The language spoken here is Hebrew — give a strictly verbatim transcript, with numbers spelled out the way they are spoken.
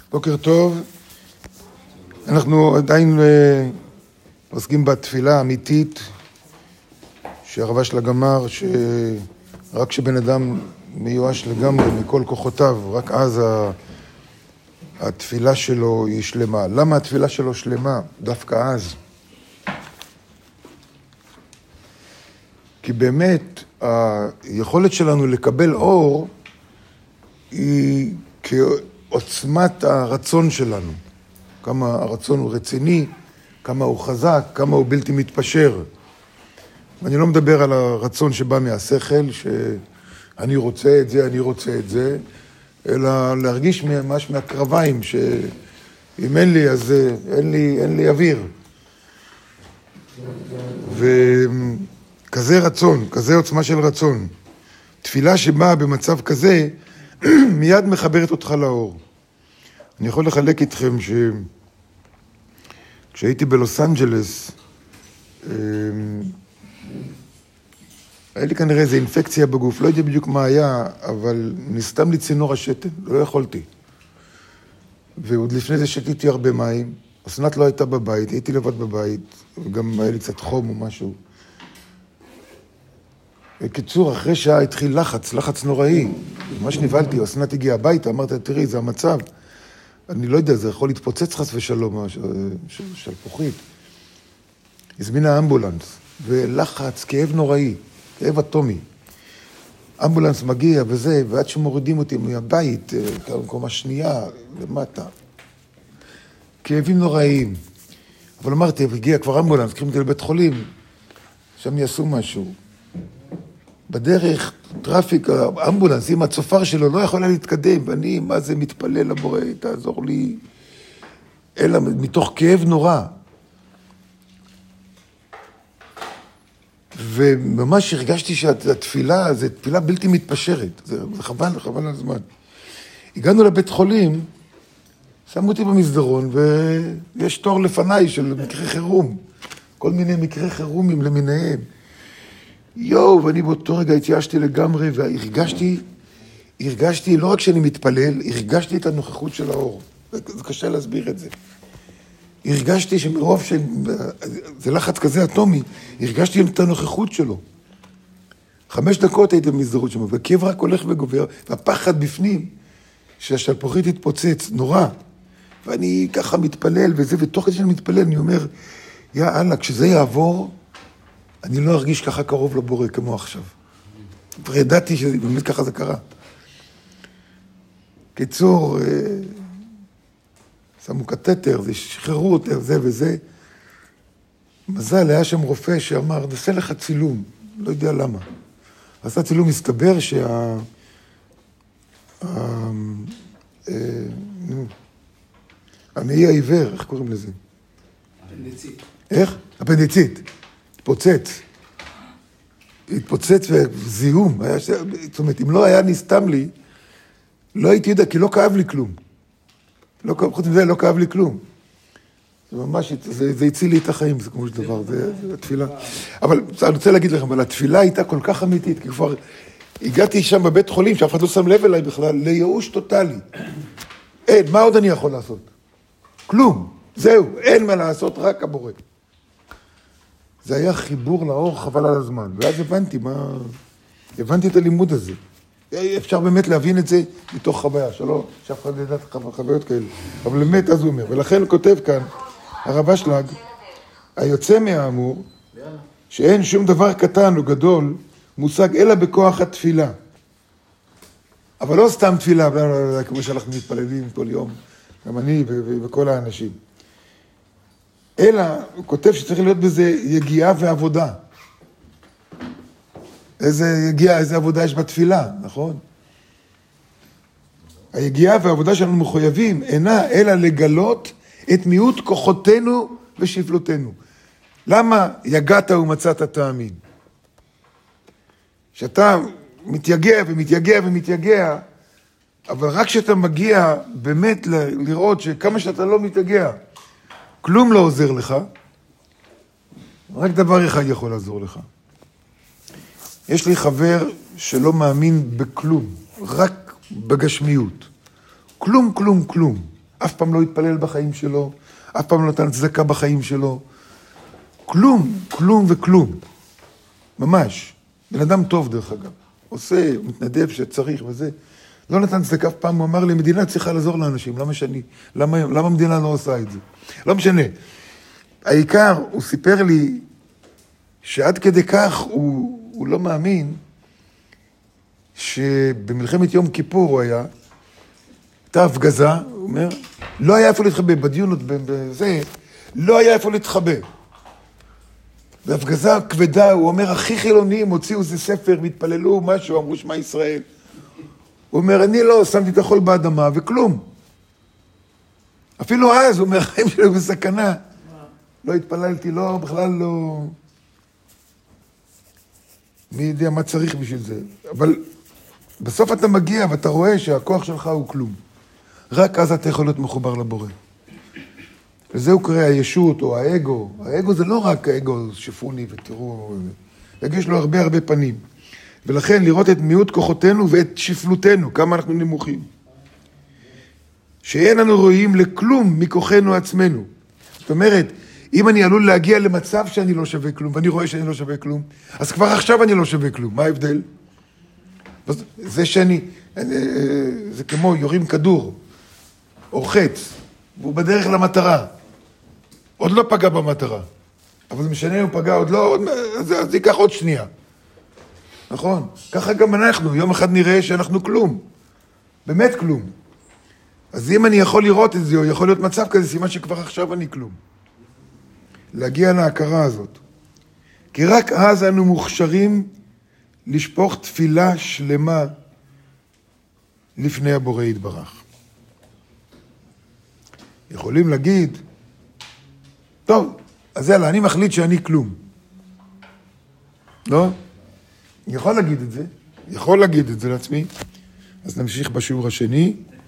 בוקר טוב. אנחנו עדיין עוסקים בתפילה האמיתית שהרבה שלה גמר, שרק כשבן אדם מיואש לגמרי מכל כוחותיו, רק אז התפילה שלו היא שלמה. למה התפילה שלו שלמה דווקא אז? כי באמת היכולת שלנו לקבל אור היא כעוצמת הרצון שלנו. כמה הרצון הוא רציני, כמה הוא חזק, כמה הוא בלתי מתפשר. ואני לא מדבר על הרצון שבא מהשכל, שאני רוצה את זה, אני רוצה את זה, אלא להרגיש ממש מהקרביים, שאם אין לי, אז אין לי, אין לי אוויר. וכזה רצון, כזה עוצמה של רצון. תפילה שבאה במצב כזה, מיד מחברת אותך לאור. אני יכול לחלק איתכם שכשהייתי בלוס אנג'לס, היה לי כנראה איזו אינפקציה בגוף, לא יודע בדיוק מה היה, אבל נסתם לי צינור השתן, לא יכולתי. ועוד לפני זה שתיתי הרבה מים, אסנת לא הייתה בבית, הייתי לבד בבית, וגם היה לי קצת חום או משהו. בקיצור, אחרי שעה התחיל לחץ, לחץ נוראי. ממש נבלתי, אסנת הגיעה הביתה, אמרת, תראי, זה המצב. אני לא יודע, זה יכול להתפוצץ חס ושלום, שלפוחית. הזמינה אמבולנס, ולחץ, כאב נוראי, כאב אטומי. אמבולנס מגיע וזה, ועד שמורידים אותי מהבית, במקום השנייה, למטה. כאבים נוראיים. אבל אמרתי, הגיע כבר אמבולנס, קחים אותי לבית חולים, שם יעשו משהו. בדרך, טראפיק, האמבולנס, עם הצופר שלו, לא יכולה להתקדם, ואני, מה זה, מתפלל לבורא, תעזור לי, אלא מתוך כאב נורא. וממש הרגשתי שהתפילה, זו תפילה בלתי מתפשרת, זה חבל, חבל על הזמן. הגענו לבית חולים, שמו אותי במסדרון, ויש תור לפניי של מקרה חירום, כל מיני מקרי חירומים למיניהם. יואו, ואני באותו רגע התייאשתי לגמרי, והרגשתי, הרגשתי, לא רק שאני מתפלל, הרגשתי את הנוכחות של האור. זה קשה להסביר את זה. הרגשתי שמרוב ש... זה לחץ כזה אטומי, הרגשתי את הנוכחות שלו. חמש דקות הייתי במסדרות שם, והכאב רק הולך וגובר, והפחד בפנים, שהשלפוחית התפוצץ, נורא. ואני ככה מתפלל וזה, ותוך כדי שאני מתפלל, אני אומר, יא אללה, כשזה יעבור, אני לא ארגיש ככה קרוב לבורא כמו עכשיו. וידעתי שבאמת ככה זה קרה. קיצור, שמו קטטר, זה שחררו אותה, זה וזה. מזל, היה שם רופא שאמר, נעשה לך צילום, לא יודע למה. עשה צילום, מסתבר שה... המעי העיוור, איך קוראים לזה? אפנדיצית. איך? אפנדיצית. התפוצץ. התפוצץ וזיהום. היה, זאת אומרת, אם לא היה נסתם לי, לא הייתי יודע, כי לא כאב לי כלום. לא, חוץ מזה, לא כאב לי כלום. זה ממש, זה, זה הציל לי את החיים, זה כמו שדבר, זה, זה התפילה. אבל אני רוצה להגיד לכם, אבל התפילה הייתה כל כך אמיתית, כי כבר הגעתי שם בבית חולים, שאף אחד לא שם לב אליי בכלל, לייאוש טוטלי. אין, מה עוד אני יכול לעשות? כלום. זהו, אין מה לעשות, רק הבורא. זה היה חיבור לאור, חבל על הזמן. ואז הבנתי מה... הבנתי את הלימוד הזה. אפשר באמת להבין את זה מתוך חוויה, שלא, שאף אחד ידעת חוויות כאלה. אבל באמת, אז הוא אומר. ולכן כותב כאן, הרב אשלג, היוצא מהאמור, שאין שום דבר קטן או גדול, מושג אלא בכוח התפילה. אבל לא סתם תפילה, כמו שאנחנו מתפללים כל יום, גם אני וכל האנשים. אלא, הוא כותב שצריך להיות בזה יגיעה ועבודה. איזה יגיעה, איזה עבודה יש בתפילה, נכון? היגיעה והעבודה שאנחנו מחויבים אינה אלא לגלות את מיעוט כוחותינו ושפלותינו. למה יגעת ומצאת תאמין? שאתה מתייגע ומתייגע ומתייגע, אבל רק כשאתה מגיע באמת לראות שכמה שאתה לא מתייגע, כלום לא עוזר לך, רק דבר אחד יכול לעזור לך. יש לי חבר שלא מאמין בכלום, רק בגשמיות. כלום, כלום, כלום. אף פעם לא התפלל בחיים שלו, אף פעם לא נתן צדקה בחיים שלו. כלום, כלום וכלום. ממש. בן אדם טוב דרך אגב. עושה, מתנדב שצריך וזה. לא נתן צדקה אף פעם, הוא אמר לי, מדינה צריכה לעזור לאנשים, למה שאני, למה, למה המדינה לא עושה את זה? לא משנה. העיקר, הוא סיפר לי, שעד כדי כך הוא, הוא לא מאמין, שבמלחמת יום כיפור הוא היה, הייתה הפגזה, הוא אומר, לא היה איפה להתחבא, בדיונות, בזה, לא היה איפה להתחבא. והפגזה כבדה, הוא אומר, הכי חילונים, הוציאו איזה ספר, והתפללו משהו, אמרו שמע ישראל. הוא אומר, אני לא, שמתי את החול באדמה, וכלום. אפילו אז, הוא אומר, החיים שלי בסכנה. לא התפללתי, לא, בכלל לא... מי יודע מה צריך בשביל זה. אבל בסוף אתה מגיע, ואתה רואה שהכוח שלך הוא כלום. רק אז אתה יכול להיות מחובר לבורא. וזהו קורא הישות או האגו. האגו זה לא רק האגו שפוני ותראו, יש לו הרבה הרבה פנים. ולכן לראות את מיעוט כוחותינו ואת שפלותנו, כמה אנחנו נמוכים. שאין לנו רואים לכלום מכוחנו עצמנו. זאת אומרת, אם אני עלול להגיע למצב שאני לא שווה כלום, ואני רואה שאני לא שווה כלום, אז כבר עכשיו אני לא שווה כלום. מה ההבדל? זה שאני, זה כמו יורים כדור, או חץ, והוא בדרך למטרה. עוד לא פגע במטרה. אבל זה משנה, הוא פגע עוד לא, אז זה ייקח עוד שנייה. נכון? ככה גם אנחנו, יום אחד נראה שאנחנו כלום. באמת כלום. אז אם אני יכול לראות את זה, או יכול להיות מצב כזה, סימן שכבר עכשיו אני כלום. להגיע להכרה הזאת. כי רק אז אנו מוכשרים לשפוך תפילה שלמה לפני הבורא יתברך. יכולים להגיד, טוב, אז יאללה, אני מחליט שאני כלום. לא? אני יכול להגיד את זה, יכול להגיד את זה לעצמי. אז נמשיך בשיעור השני.